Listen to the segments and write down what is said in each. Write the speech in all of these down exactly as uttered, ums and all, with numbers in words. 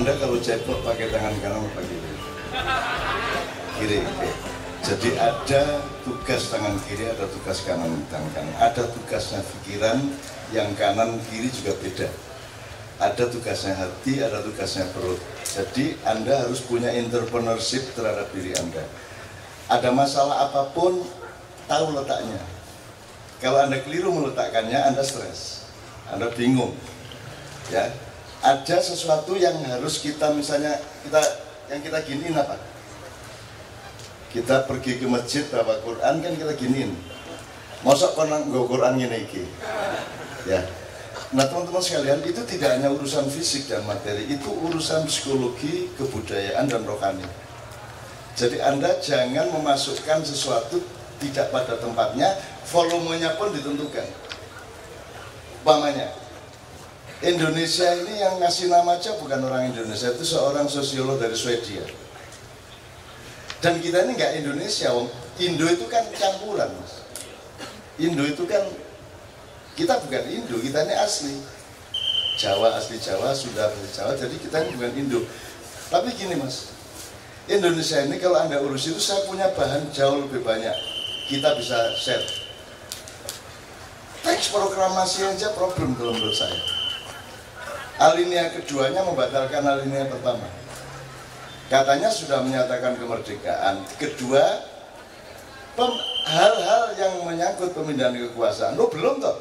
Anda kalau cebok pakai tangan kanan apa kiri? Kiri. Oke. Jadi ada tugas tangan kiri, ada tugas kanan tangan kanan. Ada tugasnya pikiran, yang kanan kiri juga beda. Ada tugasnya hati, ada tugasnya perut. Jadi Anda harus punya entrepreneurship terhadap diri Anda. Ada masalah apapun, tahu letaknya. Kalau Anda keliru meletakkannya, Anda stres, Anda bingung. Ya. Ada sesuatu yang harus kita, misalnya kita yang kita giniin apa? Kita pergi ke masjid bawa Quran kan kita giniin. Mosok kono nggo Quran ngene iki. Ya. Nah, teman-teman sekalian, itu tidak hanya urusan fisik dan materi, itu urusan psikologi, kebudayaan dan rohani. Jadi Anda jangan memasukkan sesuatu tidak pada tempatnya, volumenya pun ditentukan. Umpamanya Indonesia ini yang ngasih nama aja bukan orang Indonesia, itu seorang sosiolog dari Swedia. Dan kita ini nggak Indonesia, Indo itu kan campuran, Mas. Indo itu kan, kita bukan Indo, kita ini asli Jawa, asli Jawa, Sunda asli Jawa, jadi kita ini bukan Indo. Tapi gini Mas, Indonesia ini kalau Anda urus itu, saya punya bahan jauh lebih banyak. Kita bisa share. Teks proklamasi aja problem kalau menurut saya. Alinea keduanya membatalkan alinea pertama. Katanya sudah menyatakan kemerdekaan. Kedua, hal-hal yang menyangkut pemindahan kekuasaan. Lo belum toh?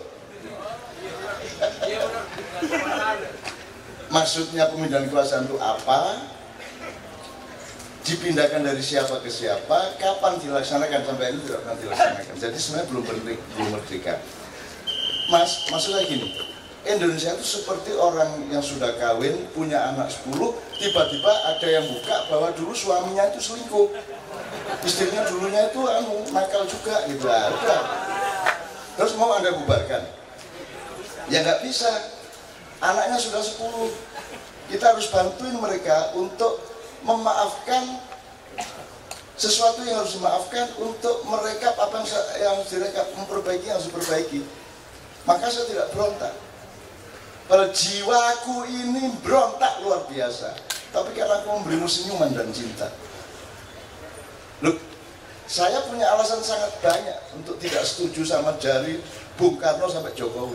Maksudnya pemindahan kekuasaan itu apa? Dipindahkan dari siapa ke siapa? Kapan dilaksanakan? Sampai ini tidak akan dilaksanakan. Jadi sebenarnya belum belum merdeka. Mas, maksudnya gini, Indonesia itu seperti orang yang sudah kawin, punya anak sepuluh, tiba-tiba ada yang buka bahwa dulu suaminya itu selingkuh, istrinya dulunya itu anu, nakal juga gitu. Nah, udah. Terus mau Anda bubarkan? Ya nggak bisa. Anaknya sudah sepuluh. Kita harus bantuin mereka untuk memaafkan sesuatu yang harus dimaafkan, untuk merekap apa yang harus direkap, memperbaiki yang harus diperbaiki. Maka saya tidak berontak. Pada jiwaku ini berontak luar biasa. Tapi karena aku memberimu senyuman dan cinta. Loh, saya punya alasan sangat banyak untuk tidak setuju sama dari Bung Karno sampai Jokowi.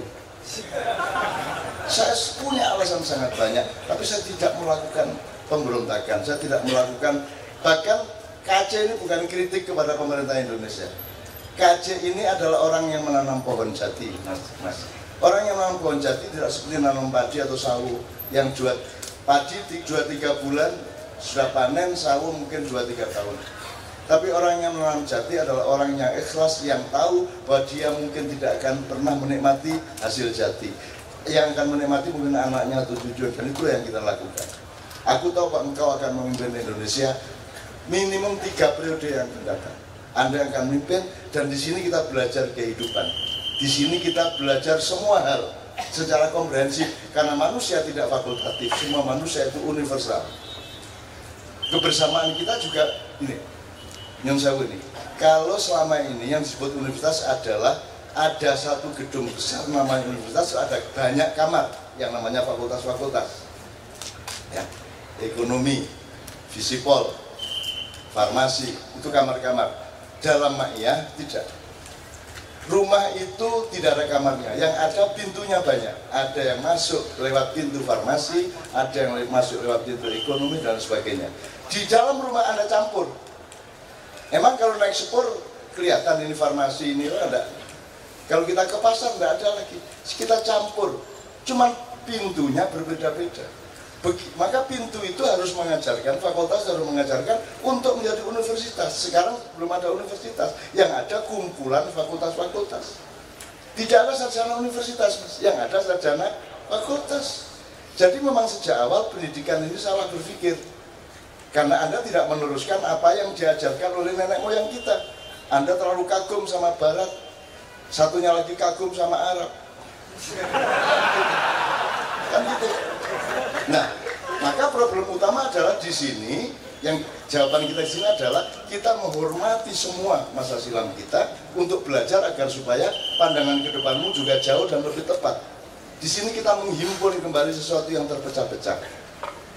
Saya punya alasan sangat banyak, tapi saya tidak melakukan pemberontakan. Saya tidak melakukan, bahkan K C ini bukan kritik kepada pemerintah Indonesia. K C ini adalah orang yang menanam pohon jati, mas, mas. Orang yang menanam pohon jati tidak seperti nanam padi atau sawu yang jual padi dua tiga bulan sudah panen, sawu mungkin dua tiga tahun. Tapi orang yang menanam jati adalah orang yang ikhlas, yang tahu bahwa dia mungkin tidak akan pernah menikmati hasil jati. Yang akan menikmati mungkin anaknya atau cucu, dan itu yang kita lakukan. Aku tahu Pak, engkau akan memimpin Indonesia minimum tiga periode yang akan datang. Anda yang akan memimpin, dan di sini kita belajar kehidupan. Di sini kita belajar semua hal secara komprehensif, karena manusia tidak fakultatif, semua manusia itu universal. Kebersamaan kita juga ini, yang saya ini. Kalau selama ini yang disebut universitas adalah ada satu gedung besar namanya universitas, ada banyak kamar yang namanya fakultas-fakultas. Ya, ekonomi, fisipol, farmasi, itu kamar-kamar. Dalam Maiyah tidak. Rumah itu tidak ada kamarnya, yang ada pintunya banyak. Ada yang masuk lewat pintu farmasi, ada yang masuk lewat pintu ekonomi dan sebagainya. Di dalam rumah Anda campur. Emang kalau naik sepur kelihatan ini farmasi, ini ada. Kalau kita ke pasar tidak ada lagi. Kita campur, cuman pintunya berbeda-beda. Maka pintu itu harus mengajarkan, fakultas harus mengajarkan untuk menjadi universitas. Sekarang belum ada universitas, yang ada kumpulan fakultas-fakultas. Tidak ada sarjana universitas, Mas. Yang ada sarjana fakultas. Jadi memang sejak awal pendidikan ini salah berpikir. Karena Anda tidak meneruskan apa yang diajarkan oleh nenek moyang kita. Anda terlalu kagum sama Barat, satunya lagi kagum sama Arab. Kan gitu. Nah, maka problem utama adalah di sini, yang jawaban kita di sini adalah kita menghormati semua masa silam kita untuk belajar agar supaya pandangan ke depanmu juga jauh dan lebih tepat. Di sini kita menghimpun kembali sesuatu yang terpecah-pecah.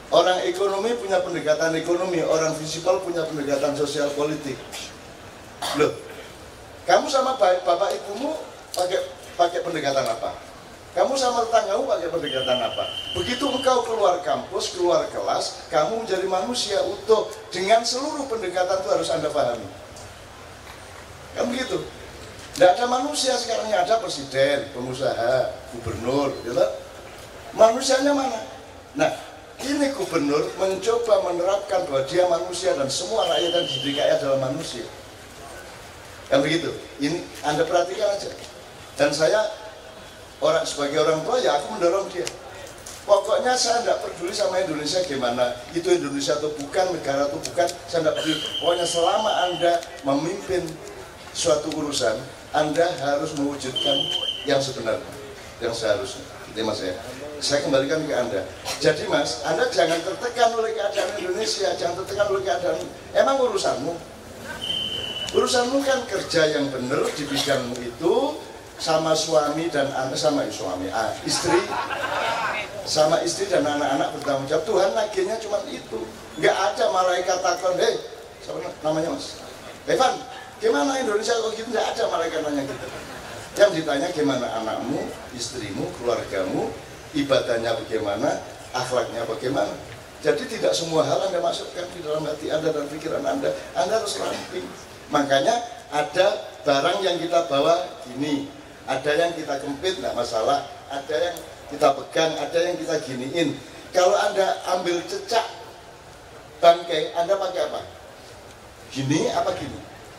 Orang ekonomi punya pendekatan ekonomi, orang fisikal punya pendekatan sosial politik. Loh, kamu sama bapak ibumu pakai pakai pendekatan apa? Kamu sama tetanggamu pakai pendekatan apa? Begitu engkau keluar kampus, keluar kelas, kamu menjadi manusia utuh dengan seluruh pendekatan itu harus Anda pahami. Kan begitu. Tidak ada manusia sekarang yang ada presiden, pengusaha, gubernur, gitu. Manusianya mana? Nah, ini gubernur mencoba menerapkan bahwa dia manusia dan semua rakyat yang di D K I adalah manusia. Kan begitu. Ini Anda perhatikan aja. Dan saya orang sebagai orang tua ya aku mendorong dia. Pokoknya saya tidak peduli sama Indonesia gimana, itu Indonesia atau bukan, negara atau bukan, saya tidak peduli. Pokoknya selama Anda memimpin suatu urusan, Anda harus mewujudkan yang sebenarnya, yang seharusnya. Itu mas ya. Saya kembalikan ke Anda. Jadi mas, Anda jangan tertekan oleh keadaan Indonesia, jangan tertekan oleh keadaan. Emang urusanmu, urusanmu kan kerja yang benar di bidangmu itu, sama suami dan anak, sama suami, ah, istri, sama istri dan anak-anak bertanggung jawab. Tuhan laginya cuma itu. Nggak ada malaikat takon, hei, siapa namanya mas? Evan, gimana Indonesia kok gitu? Nggak ada malaikat nanya gitu. Yang ditanya gimana anakmu, istrimu, keluargamu, ibadahnya bagaimana, akhlaknya bagaimana. Jadi tidak semua hal Anda masukkan di dalam hati Anda dan pikiran Anda. Anda harus ramping. Makanya ada barang yang kita bawa gini, ada yang kita kempit nggak masalah, ada yang kita pegang, ada yang kita giniin. Kalau Anda ambil cecak bangkai, Anda pakai apa? Gini apa gini?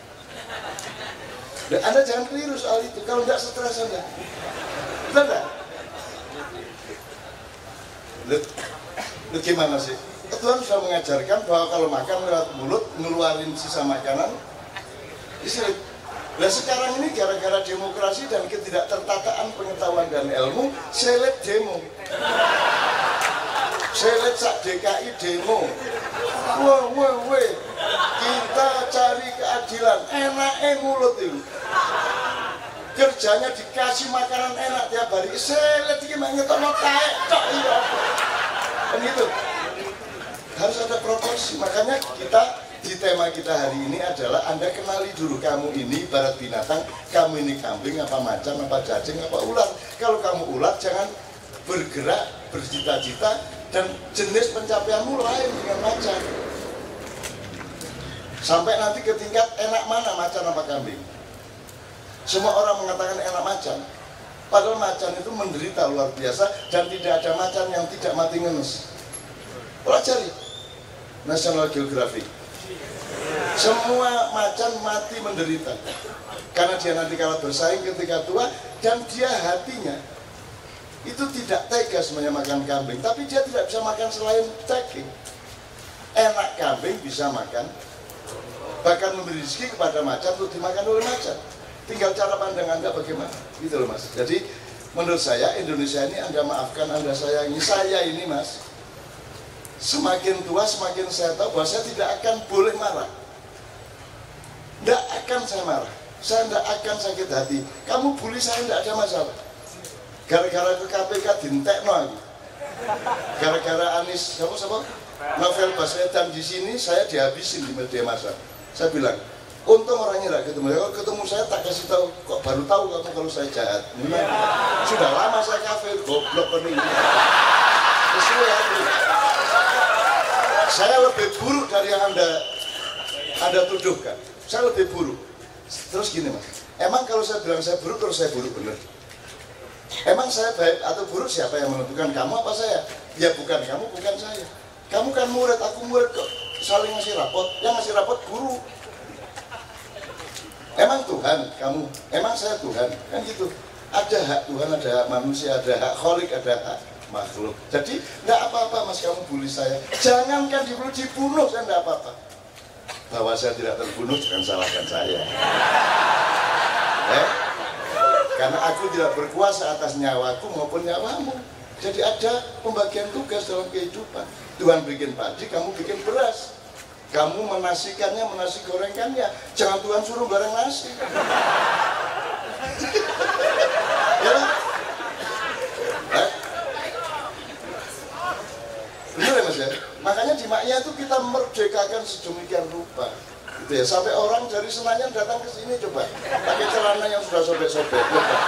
Dan Anda jangan keliru soal itu. Kalau nggak stres Anda, betul nggak? Loh, loh gimana sih? Tuhan sudah mengajarkan bahwa kalau makan lewat mulut, ngeluarin sisa makanan, istri. Nah sekarang ini gara-gara demokrasi dan ketidaktertataan pengetahuan dan ilmu, saya lihat demo. Saya lihat sak D K I demo. Wah, wah, wah. Kita cari keadilan. Enaknya mulut itu. Kerjanya dikasih makanan enak tiap hari. Saya lihat gimana ngetokno kayak tok iya. Kan gitu. Harus ada proporsi. Makanya kita di tema kita hari ini adalah Anda kenali dulu kamu ini ibarat binatang, kamu ini kambing, apa macan, apa cacing, apa ular. Kalau kamu ular jangan bergerak, bercita-cita dan jenis pencapaianmu lain dengan macan. Sampai nanti ke tingkat enak mana macan apa kambing. Semua orang mengatakan enak macan, padahal macan itu menderita luar biasa dan tidak ada macan yang tidak mati ngenes. Pelajari National Geographic. Semua macan mati menderita karena dia nanti kalah bersaing ketika tua dan dia hatinya itu tidak tega semuanya makan kambing, tapi dia tidak bisa makan selain daging. Enak kambing bisa makan, bahkan memberi rezeki kepada macan untuk dimakan oleh macan. Tinggal cara pandang Anda bagaimana, gitu loh mas. Jadi menurut saya Indonesia ini Anda maafkan, Anda sayangi. Saya ini mas, semakin tua semakin saya tahu bahwa saya tidak akan boleh marah. Tidak akan saya marah, saya tidak akan sakit hati. Kamu bully saya tidak ada masalah. Gara-gara ke K P K dintekno lagi. Gara-gara Anies, siapa siapa? Novel Baswedan di sini saya dihabisin di media massa. Saya bilang, untung orangnya tidak ketemu. Kalau ketemu saya tak kasih tahu, kok baru tahu kamu kalau saya jahat. Memang sudah lama saya kafir, goblok pening. Sesuai hati. Saya lebih buruk dari yang anda anda tuduhkan. Saya lebih buruk. Terus gini mas, emang kalau saya bilang saya buruk, terus saya buruk bener? Emang saya baik atau buruk siapa yang menentukan, kamu apa saya? Ya bukan kamu, bukan saya. Kamu kan murid, aku murid kok. Saling ngasih rapot, yang ngasih rapot guru. Emang Tuhan kamu, emang saya Tuhan, kan gitu. Ada hak Tuhan, ada hak manusia, ada hak kholik, ada hak makhluk. Jadi nggak apa-apa mas kamu bully saya. Jangankan dibunuh, dibunuh saya nggak apa-apa. Bahwa saya tidak terbunuh jangan salahkan saya. Eh? Karena aku tidak berkuasa atas nyawaku maupun nyawamu. Jadi ada pembagian tugas dalam kehidupan. Tuhan bikin padi, kamu bikin beras. Kamu menasikannya, menasi gorengkannya. Jangan Tuhan suruh bareng nasi. Ya lah. Eh? Benar ya mas ya? maknya itu kita merdekakan sedemikian rupa. Gitu ya, sampai orang dari Senayan datang ke sini coba pakai celana yang sudah sobek-sobek.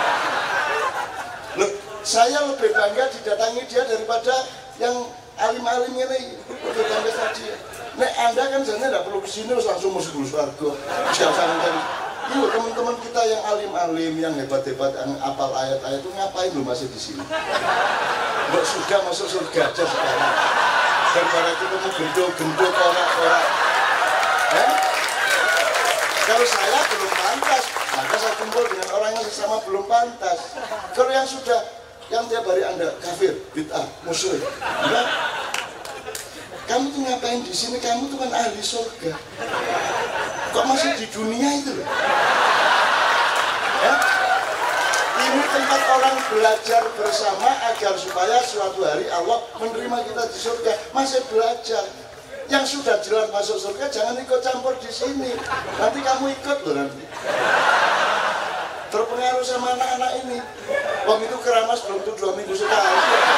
Loh, saya lebih bangga didatangi dia daripada yang alim-alim ini. Lebih bangga tadi. Nek Anda kan sebenarnya tidak perlu kesini langsung masuk dulu surga. Jangan dari Iya, teman-teman kita yang alim-alim, yang hebat-hebat, yang apal ayat-ayat itu ngapain lu masih di sini? Mbak sudah masuk surga aja sekarang. Daripada kita mau gendut-gendut korak-korak. Eh? Kalau saya belum pantas, maka saya kumpul dengan orang yang sesama belum pantas. Kalau yang sudah, yang tiap hari Anda kafir, bid'ah, musuh, enggak? Kamu tuh ngapain di sini? Kamu tuh kan ahli surga. Kok masih di dunia itu loh? Ya? Ini tempat orang belajar bersama agar supaya suatu hari Allah menerima kita di surga. Masih belajar. Yang sudah jelas masuk surga jangan ikut campur di sini. Nanti kamu ikut loh nanti. Terpengaruh sama anak-anak ini. Wong itu keramas belum tuh dua minggu sekali.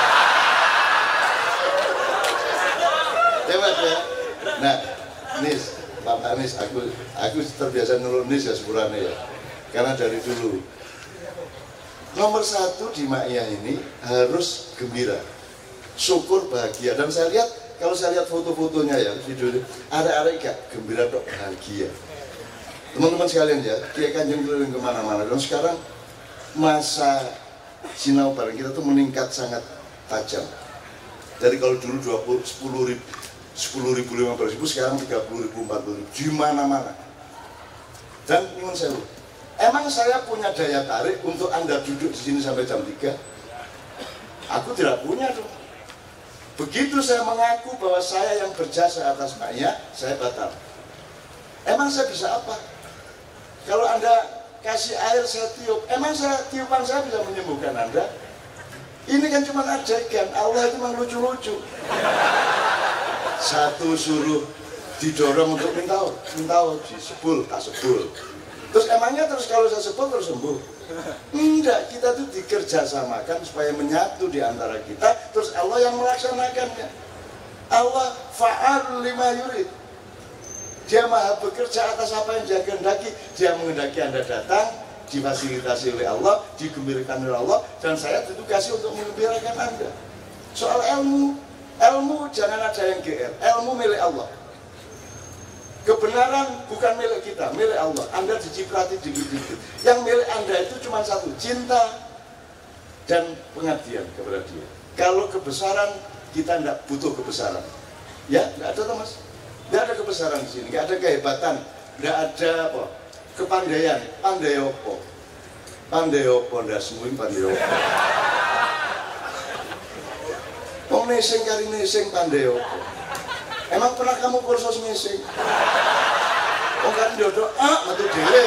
Hebat ya. Nah, Nis, Pak Nis, aku aku terbiasa nurun Nis ya sepurane ya. Karena dari dulu nomor satu di Ma'iyah ini harus gembira, syukur, bahagia. Dan saya lihat, kalau saya lihat foto-fotonya ya, video ada-ada gak gembira dok, bahagia. Teman-teman sekalian ya, Kiai Kanjeng keliling kemana-mana. Dan sekarang masa sinau bareng kita tuh meningkat sangat tajam. Dari kalau dulu dua puluh, sepuluh ribu, sepuluh ribu, lima belas ribu, sekarang tiga puluh ribu, empat puluh ribu, di mana-mana. Dan nyuwun sewu, emang saya punya daya tarik untuk Anda duduk di sini sampai jam tiga? Aku tidak punya dong. Begitu saya mengaku bahwa saya yang berjasa atas Ma'iyah, saya batal. Emang saya bisa apa? Kalau Anda kasih air saya tiup, emang saya tiupan saya bisa menyembuhkan Anda? Ini kan cuma ajakan, Allah itu memang lucu-lucu. Satu suruh didorong untuk minta, minta disebul, tak sebul. Terus emangnya terus kalau saya sebul terus sembuh? Enggak, kita tuh dikerjasamakan supaya menyatu di antara kita. Terus Allah yang melaksanakannya. Allah fa'al lima yurid. Dia maha bekerja atas apa yang dia kehendaki. Dia menghendaki Anda datang, difasilitasi oleh Allah, digembirakan oleh Allah, dan saya ditugasi untuk menggembirakan Anda. Soal ilmu, ilmu jangan ada yang G R, ilmu milik Allah. Kebenaran bukan milik kita, milik Allah. Anda diciprati dikit-dikit. Yang milik Anda itu cuma satu, cinta dan pengabdian kepada Dia. Kalau kebesaran, kita tidak butuh kebesaran. Ya, tidak ada Thomas. Tidak ada kebesaran di sini, tidak ada kehebatan, tidak ada apa, kepandaian, pandai opo, pandai opo, ndak semuanya pandai opo. Wong neseng kari neseng pandai opo. Emang pernah kamu kursus neseng? Wong kan dodok, ah, metu dhewe.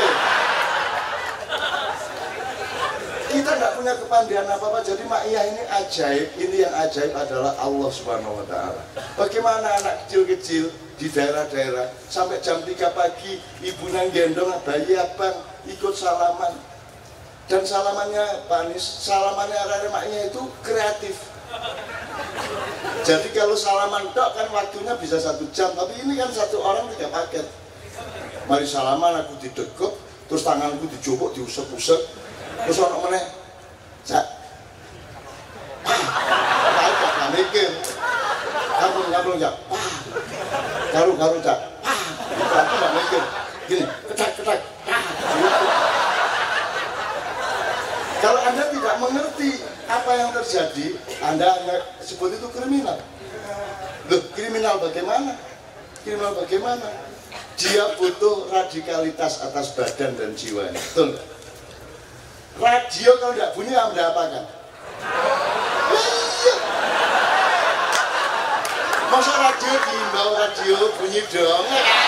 Kita tidak punya kepandaian apa-apa, jadi Ma'iyah ini ajaib. Ini yang ajaib adalah Allah Subhanahu Wa Taala. Bagaimana anak kecil-kecil di daerah-daerah sampai jam tiga pagi ibunya gendong bayi abang ikut salaman, dan salamannya Pak Anies, salamannya arek Ma'iyah itu kreatif. Jadi kalau salaman tok kan waktunya bisa satu jam, tapi ini kan satu orang tiga paket. Mari salaman aku didekep, terus tanganku dijupuk, diusap-usap, terus orang meneh, cak, ah, gak mikir, kamu kamu cak, ah, karu karu cak, ah, aku gak mikir, gini, ketak ketak, ah, gitu. Kalau Anda tidak mengerti apa yang terjadi, Anda sebut itu kriminal. Loh, kriminal bagaimana? Kriminal bagaimana? Dia butuh radikalitas atas badan dan jiwanya, betul nggak? Radio kalau tidak bunyi, Anda apakan? Iya. Masa radio diimbau radio bunyi dong?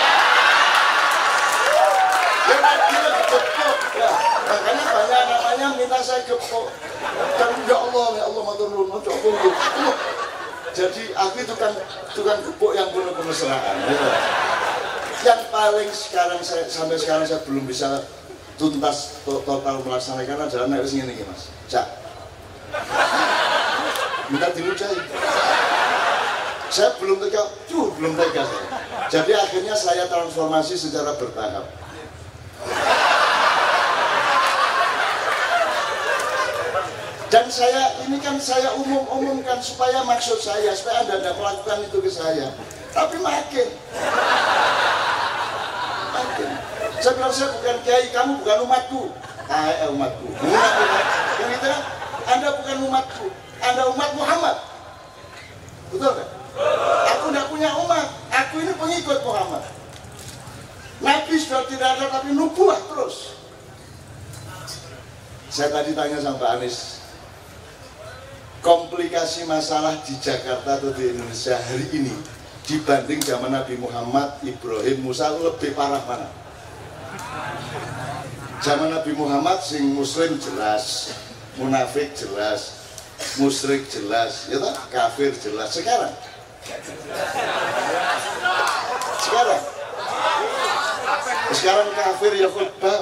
Ya radio digepuk. Ya, makanya banyak namanya minta saya gepuk. Dan ya Allah, ya Allah matur nuwun, ya Allah. Jadi aku tukang tukang gepuk yang penuh kemesraan. Ya. Yang paling sekarang saya, sampai sekarang saya belum bisa tuntas total melaksanakan adalah nek wis ngene iki Mas. Cak. Minta diludahi. Saya belum tega, cuh, belum tega saya. Jadi akhirnya saya transformasi secara bertahap. Dan saya, ini kan saya umum-umumkan supaya maksud saya, supaya Anda tidak melakukan itu ke saya. Tapi makin. Makin. Saya bilang, saya bukan kiai, kamu bukan umatku. Ah, eh, umatku. Yang itu kan, Anda bukan umatku, Anda umat Muhammad. Betul kan? Aku tidak punya umat, aku ini pengikut Muhammad. Nabi sudah tidak ada, tapi nubuah terus. Saya tadi tanya sama Pak Anies, komplikasi masalah di Jakarta atau di Indonesia hari ini dibanding zaman Nabi Muhammad, Ibrahim, Musa lebih parah mana? Zaman Nabi Muhammad sing muslim jelas, munafik jelas, musyrik jelas, ya toh? Kafir jelas. Sekarang sekarang sekarang kafir ya khutbah.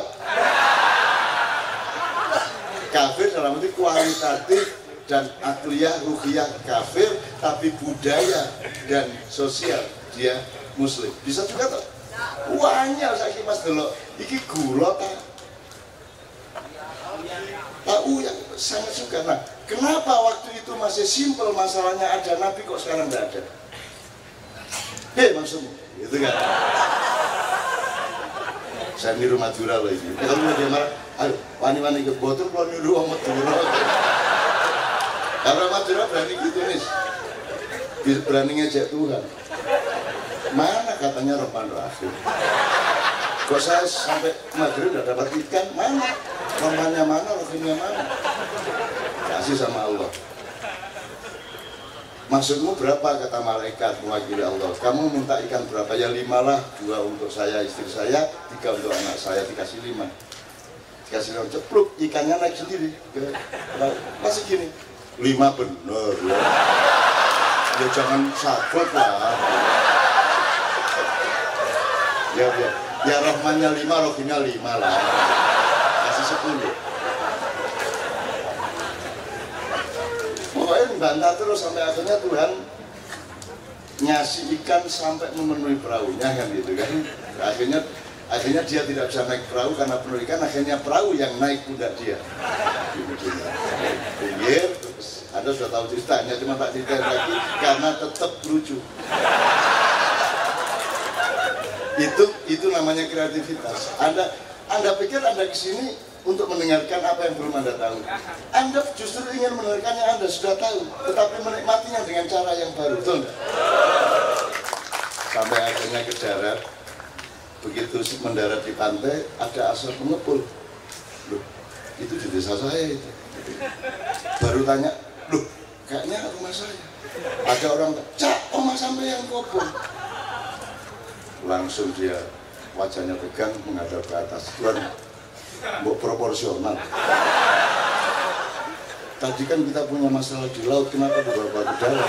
Kafir dalam arti kualitatif dan akliyah, ruhiyah kafir, tapi budaya dan sosial dia muslim. Bisa juga tuh. Wanyal saiki Mas delok iki gula ta. Tahu yang sangat suka. Nah, kenapa waktu itu masih simpel masalahnya ada Nabi kok sekarang tidak ada? Hei maksudmu, gitu kan? Saya niru Madura loh ini. Kalau dia marah, ayo wani-wani ke botol kalau niru orang Madura. Karena Madura berani gitu nih, berani ngejek Tuhan. Mana katanya Rahman Rahim? Kok saya sampai maghrib udah dapat ikan? Mana? Rahmannya mana? Rahimnya mana? Kasih sama Allah. Maksudmu berapa kata malaikat mewakili Allah? Kamu minta ikan berapa? Ya lima lah, dua untuk saya, istri saya, tiga untuk anak saya, dikasih lima. Dikasih lima, cepluk, ikannya naik sendiri. Masih gini, lima bener ya. Ya jangan sakit lah. Ya, ya, ya Rahmannya lima, Rohimnya lima lah. Kasih sepuluh. Pokoknya membantah terus sampai akhirnya Tuhan ngasih ikan sampai memenuhi perahunya kan gitu kan. Akhirnya akhirnya dia tidak bisa naik perahu karena penuh ikan. Akhirnya perahu yang naik kuda dia. Pinggir, terus Anda sudah tahu ceritanya, cuma tak ceritain lagi karena tetap lucu. Itu itu namanya kreativitas. Anda Anda pikir Anda kesini untuk mendengarkan apa yang belum Anda tahu. Anda justru ingin mendengarkan yang Anda sudah tahu, tetapi menikmatinya dengan cara yang baru, betul nggak? Sampai akhirnya ke darat, begitu mendarat di pantai, ada asap mengepul. Loh, itu di desa saya itu. Baru tanya, loh, kayaknya rumah saya. Ada orang, cak, omah sampai yang kobong. Langsung dia wajahnya tegang menghadap ke atas. Tuhan, mbok proporsional. Tadi kan kita punya masalah di laut, kenapa dibawa ke darat?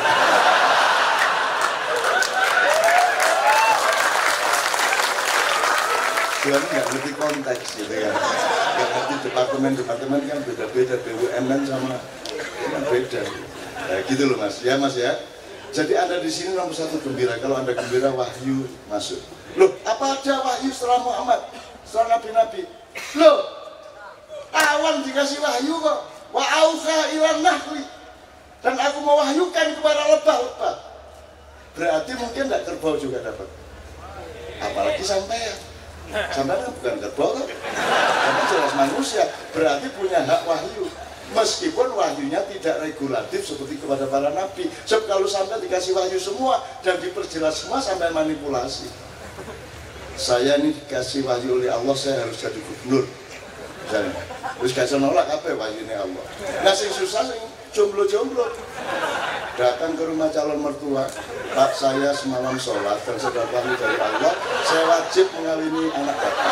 Tuhan nggak ngerti konteks gitu kan. Nggak ngerti departemen-departemen kan beda-beda, B U M N sama kan beda. Ya, gitu loh Mas, ya Mas ya. Jadi Anda di sini nomor satu gembira. Kalau Anda gembira, wahyu masuk. Loh, apa ada wahyu setelah Muhammad, setelah nabi-nabi? Loh, awan dikasih wahyu kok. Wa auha ilan nahli. Dan aku mewahyukan kepada lebah-lebah. Berarti mungkin tidak kerbau juga dapat. Apalagi sampean. Sampean kan bukan kerbau kan? Karena jelas manusia. Berarti punya hak wahyu. Meskipun wahyunya tidak regulatif seperti kepada para nabi. Sebab kalau sampai dikasih wahyu semua dan diperjelas semua sampai manipulasi. Saya ini dikasih wahyu oleh Allah, saya harus jadi gubernur. Dan terus gak bisa nolak apa wahyunya Allah. Nah sing susah sing jomblo-jomblo. Datang ke rumah calon mertua, Pak saya semalam sholat dan setelah wahyu dari Allah, saya wajib mengawini anak bapak.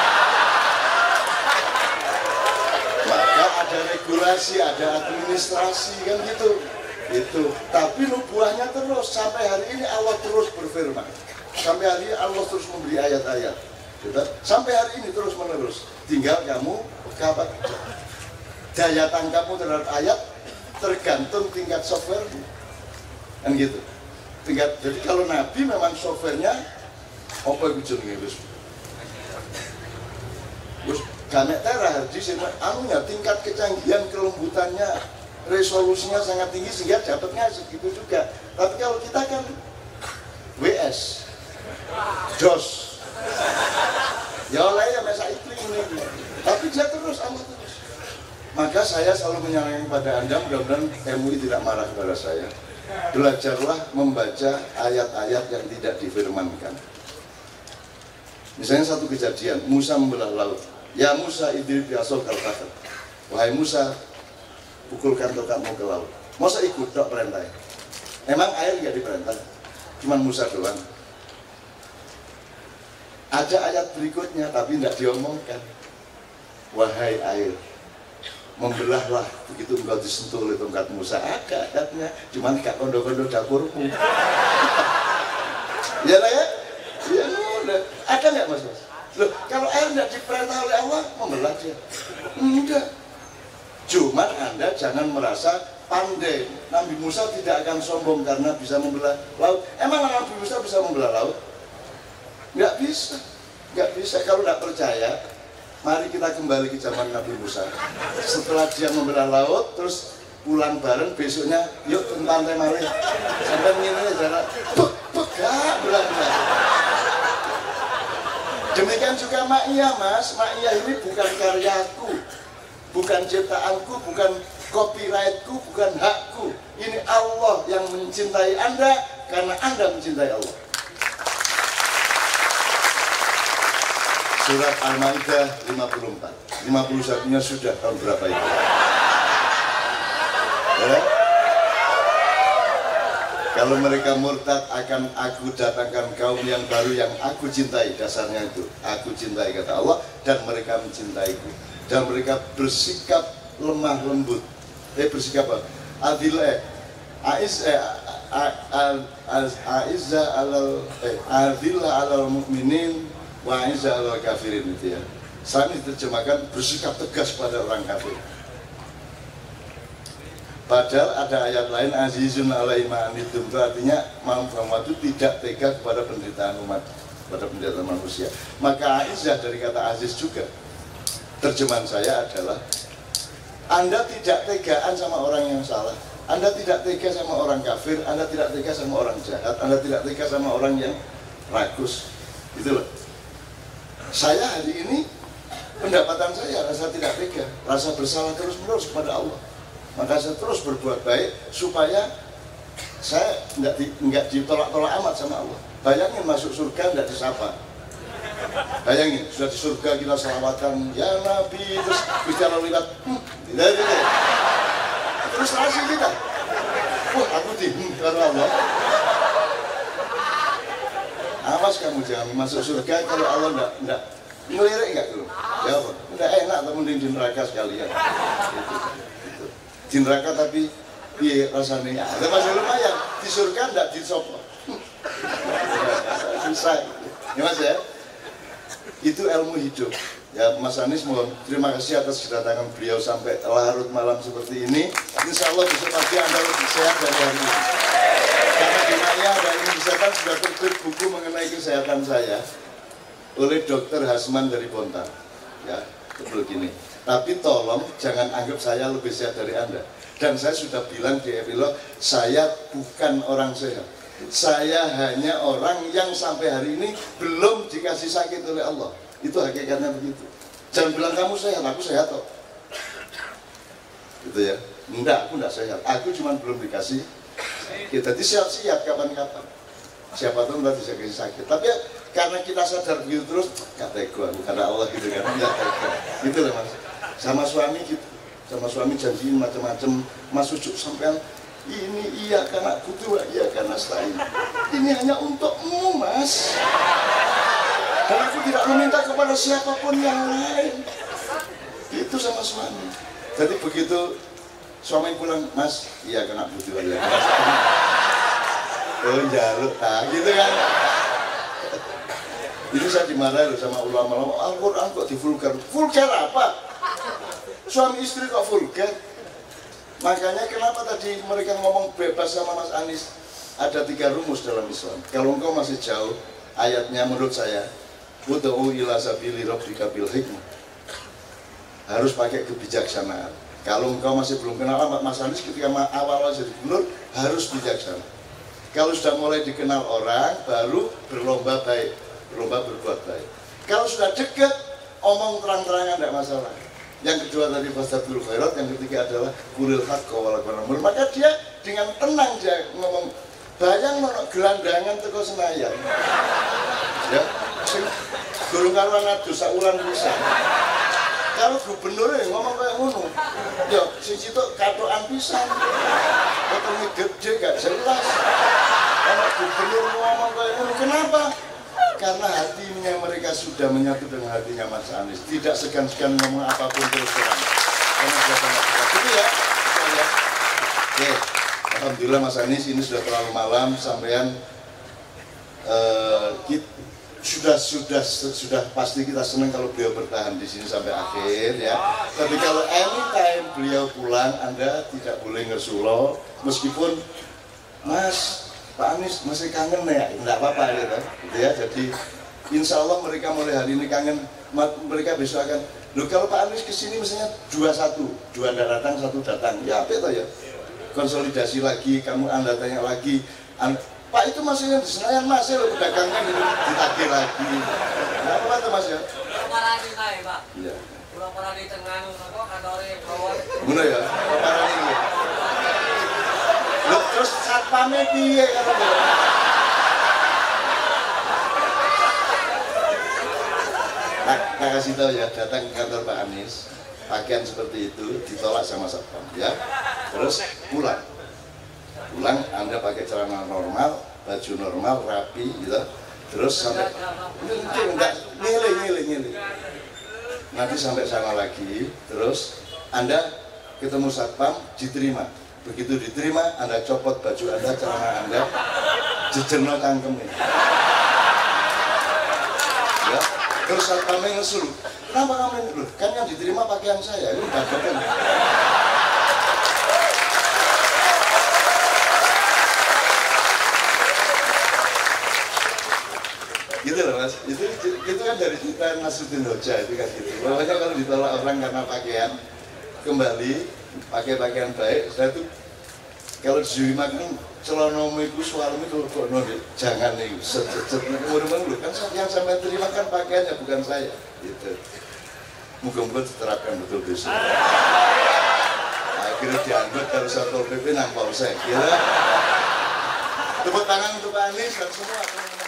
Maka ada regulasi, ada administrasi kan gitu. Itu. Tapi nubuahnya terus sampai hari ini Allah terus berfirman. Sampai hari ini Allah terus memberi ayat-ayat. Gitu. Sampai hari ini terus menerus. Tinggal kamu kapan daya tangkapmu terhadap ayat tergantung tingkat software kan gitu. tingkat. Jadi kalau Nabi memang softwarenya apa itu jenenge wis. Wis gamek terah di sini anunya tingkat kecanggihan kelembutannya resolusinya sangat tinggi sehingga dapatnya segitu juga. Tapi kalau kita kan W S DOS ya oleh ya masa iklim ini. Tapi dia terus amat terus. Maka saya selalu menyarankan kepada Anda, mudah-mudahan M U I tidak marah kepada saya. Belajarlah membaca ayat-ayat yang tidak difirmankan. Misalnya satu kejadian, Musa membelah laut. Ya Musa idrib biasol kalfakat. Wahai Musa, pukulkan tongkatmu ke laut. Masa ikut dok perintahnya? Emang air nggak diperintah? Cuman Musa doang. Ada ayat berikutnya tapi tidak diomongkan. Wahai air, membelahlah begitu engkau disentuh oleh tongkat Musa. Ada ayatnya, cuman gak kondo-kondo dapurmu. Ya lah ya, ya udah. Ada nggak mas mas? Loh, kalau air tidak diperintah oleh Allah, membelah dia. Enggak. Cuman Anda jangan merasa pandai. Nabi Musa tidak akan sombong karena bisa membelah laut. Emang Nabi Musa bisa membelah laut? Nggak bisa, nggak bisa. Kalau nggak percaya, mari kita kembali ke zaman Nabi Musa. Setelah dia membelah laut, terus pulang bareng, besoknya yuk ke pantai mari. Sampai mengingatnya jarak, bek, bek, gak, belah-belah. Demikian juga Ma'iyah mas, Ma'iyah ini bukan karyaku, bukan ciptaanku, bukan copyrightku, bukan hakku. Ini Allah yang mencintai Anda karena Anda mencintai Allah. Surat Al-Ma'idah lima puluh empat, lima puluh satu-nya sudah tahun berapa itu? Ya? Kalau mereka murtad akan aku datangkan kaum yang baru yang aku cintai. Dasarnya itu, aku cintai kata Allah dan mereka mencintaiku. Dan mereka bersikap lemah lembut. Eh bersikap apa? Adillah, aiz, eh, aizza alal, eh, adillah alal mu'minin wa aizza alal kafirin itu ya. Saya diterjemahkan bersikap tegas pada orang kafir. Padahal ada ayat lain azizun alaihi ma'anitum, itu artinya Muhammad itu tidak tega kepada penderitaan umat, pada penderitaan manusia. Maka aizah dari kata aziz juga. Terjemahan saya adalah Anda tidak tegaan sama orang yang salah, Anda tidak tega sama orang kafir, Anda tidak tega sama orang jahat, Anda tidak tega sama orang yang rakus. Itu loh. Saya hari ini pendapatan saya rasa tidak tega, rasa bersalah terus-menerus kepada Allah. Maka saya terus berbuat baik supaya saya nggak di, nggak ditolak-tolak amat sama Allah. Bayangin masuk surga nggak disapa. Bayangin sudah di surga kita selawatan ya Nabi, terus bicara lewat hmm, tidak tidak. Terus rahasia kita. Wah aku di hmm, karena Allah. Awas kamu jangan masuk surga kalau Allah nggak nggak ngelirik nggak dulu. Ya apa? Nggak enak temen di neraka sekalian. Gitu. Di neraka tapi piye rasanya ada masih lumayan di surga enggak disoplo susah ya mas ya. Itu ilmu hidup ya Mas Anies. Mohon terima kasih atas kedatangan beliau sampai larut malam seperti ini. Insya Allah besok pagi Anda lebih sehat dari hari ini karena di Maya ada ilmu kesehatan sudah terbit buku mengenai kesehatan saya oleh dokter Hasman dari Bontang ya betul gini. Tapi tolong jangan anggap saya lebih sehat dari Anda. Dan saya sudah bilang di epilog, saya bukan orang sehat. Saya hanya orang yang sampai hari ini belum dikasih sakit oleh Allah. Itu hakikatnya begitu. Jangan bilang kamu sehat, aku sehat kok. Gitu ya. Enggak, aku enggak sehat. Aku cuma belum dikasih sakit. Jadi siap-siap kapan-kapan. Siapa tahu enggak bisa kasih sakit. Tapi ya, karena kita sadar begitu terus, gak tega aku karena Allah gitu kan. Enggak tega. Gitu loh mas. Sama suami gitu, sama suami janjiin macam-macam. Mas ujuk sampai ini iya karena butuh, iya karena selain ini hanya untukmu mas. Dan aku tidak meminta kepada siapapun yang lain. Itu sama suami. Jadi begitu suami pulang, mas iya karena butuh, iya karena selain. Oh jaluk ah gitu kan. Ini saya dimarahin sama ulama-ulama, Al-Quran kok di vulgar. Vulgar apa? Suami istri kok vulgar? Makanya kenapa tadi mereka ngomong bebas sama Mas Anies? ada tiga rumus dalam Islam. Kalau engkau masih jauh, ayatnya menurut saya, ud'u ila sabili rabbika bil hikmah. Harus pakai kebijaksanaan. Kalau engkau masih belum kenal amat Mas Anies ketika awal-awal jadi gubernur, harus bijaksana. Kalau sudah mulai dikenal orang, baru berlomba baik, berlomba berbuat baik. Kalau sudah dekat, omong terang-terangan tidak masalah. Yang kedua tadi fastabiqul khairat, yang ketiga adalah qulil haqqa wala tu'minu. Maka dia dengan tenang dia ngomong, bayang ono gelandangan teko Senayan. Ya, sing guru karuan adu sakulan pisan. Kalau gubernur ya ngomong kayak ngono. Ya, sing sitok katokan pisan. Potongnya gede gak jelas. Kalau gubernur ngomong kayak ngono, kenapa? Karena hatinya mereka sudah menyatu dengan hatinya Mas Anies. Tidak segan-segan ngomong apapun terus terang. Karena sudah sangat dekat. Itu ya, ya. Oke, alhamdulillah Mas Anies ini sudah terlalu malam sampean uh, kita, sudah sudah sudah pasti kita senang kalau beliau bertahan di sini sampai akhir ya. Tapi kalau anytime beliau pulang, Anda tidak boleh ngesulo meskipun Mas Pak Anies masih kangen ya, enggak apa-apa gitu, gitu ya. Jadi insya Allah mereka mulai hari ini kangen, mereka besok akan. Loh kalau Pak Anies kesini misalnya dua satu, dua datang satu datang, ya apa itu ya? Konsolidasi lagi, kamu Anda tanya lagi, and, Pak itu masih yang di Senayan masih loh pedagangnya gitu, ditagih lagi. Nah, apa itu Mas ya? Parani naik Pak. Iya. Pulau Parani tengah nunggu kantornya bawah. Bener ya? Parani ya. Loh, terus satpamnya piye kata dia? Nah, nah kasih tahu ya, datang ke kantor Pak Anies, pakaian seperti itu ditolak sama satpam ya. Terus pulang. Pulang Anda pakai celana normal, baju normal, rapi gitu. Terus sampai mungkin enggak ngile-ngile-ngile. Nanti sampai sana lagi, terus Anda ketemu satpam, diterima. Begitu diterima, Anda copot baju Anda, celana Anda, jejerno cangkemnya. Ya, terus satpamnya ngesul. Kenapa kamu ini? Loh, kan yang diterima pakaian saya, ini bagian. Gitu loh Mas, itu, itu kan dari cerita Nasruddin Hoja itu kan gitu. Pokoknya kalau ditolak orang karena pakaian, kembali pakai pakaian baik, saya tuh kalau disuruh makan celonomu itu suaramu kalau kok nol jangan nih set-set kemudian lu kan yang sampai terima kan pakaiannya bukan saya gitu. Moga-moga diterapkan betul besok. Akhirnya dianggut kalau Satpol P P nang Polsek, ya. Tepuk tangan untuk Pak Anies dan semua.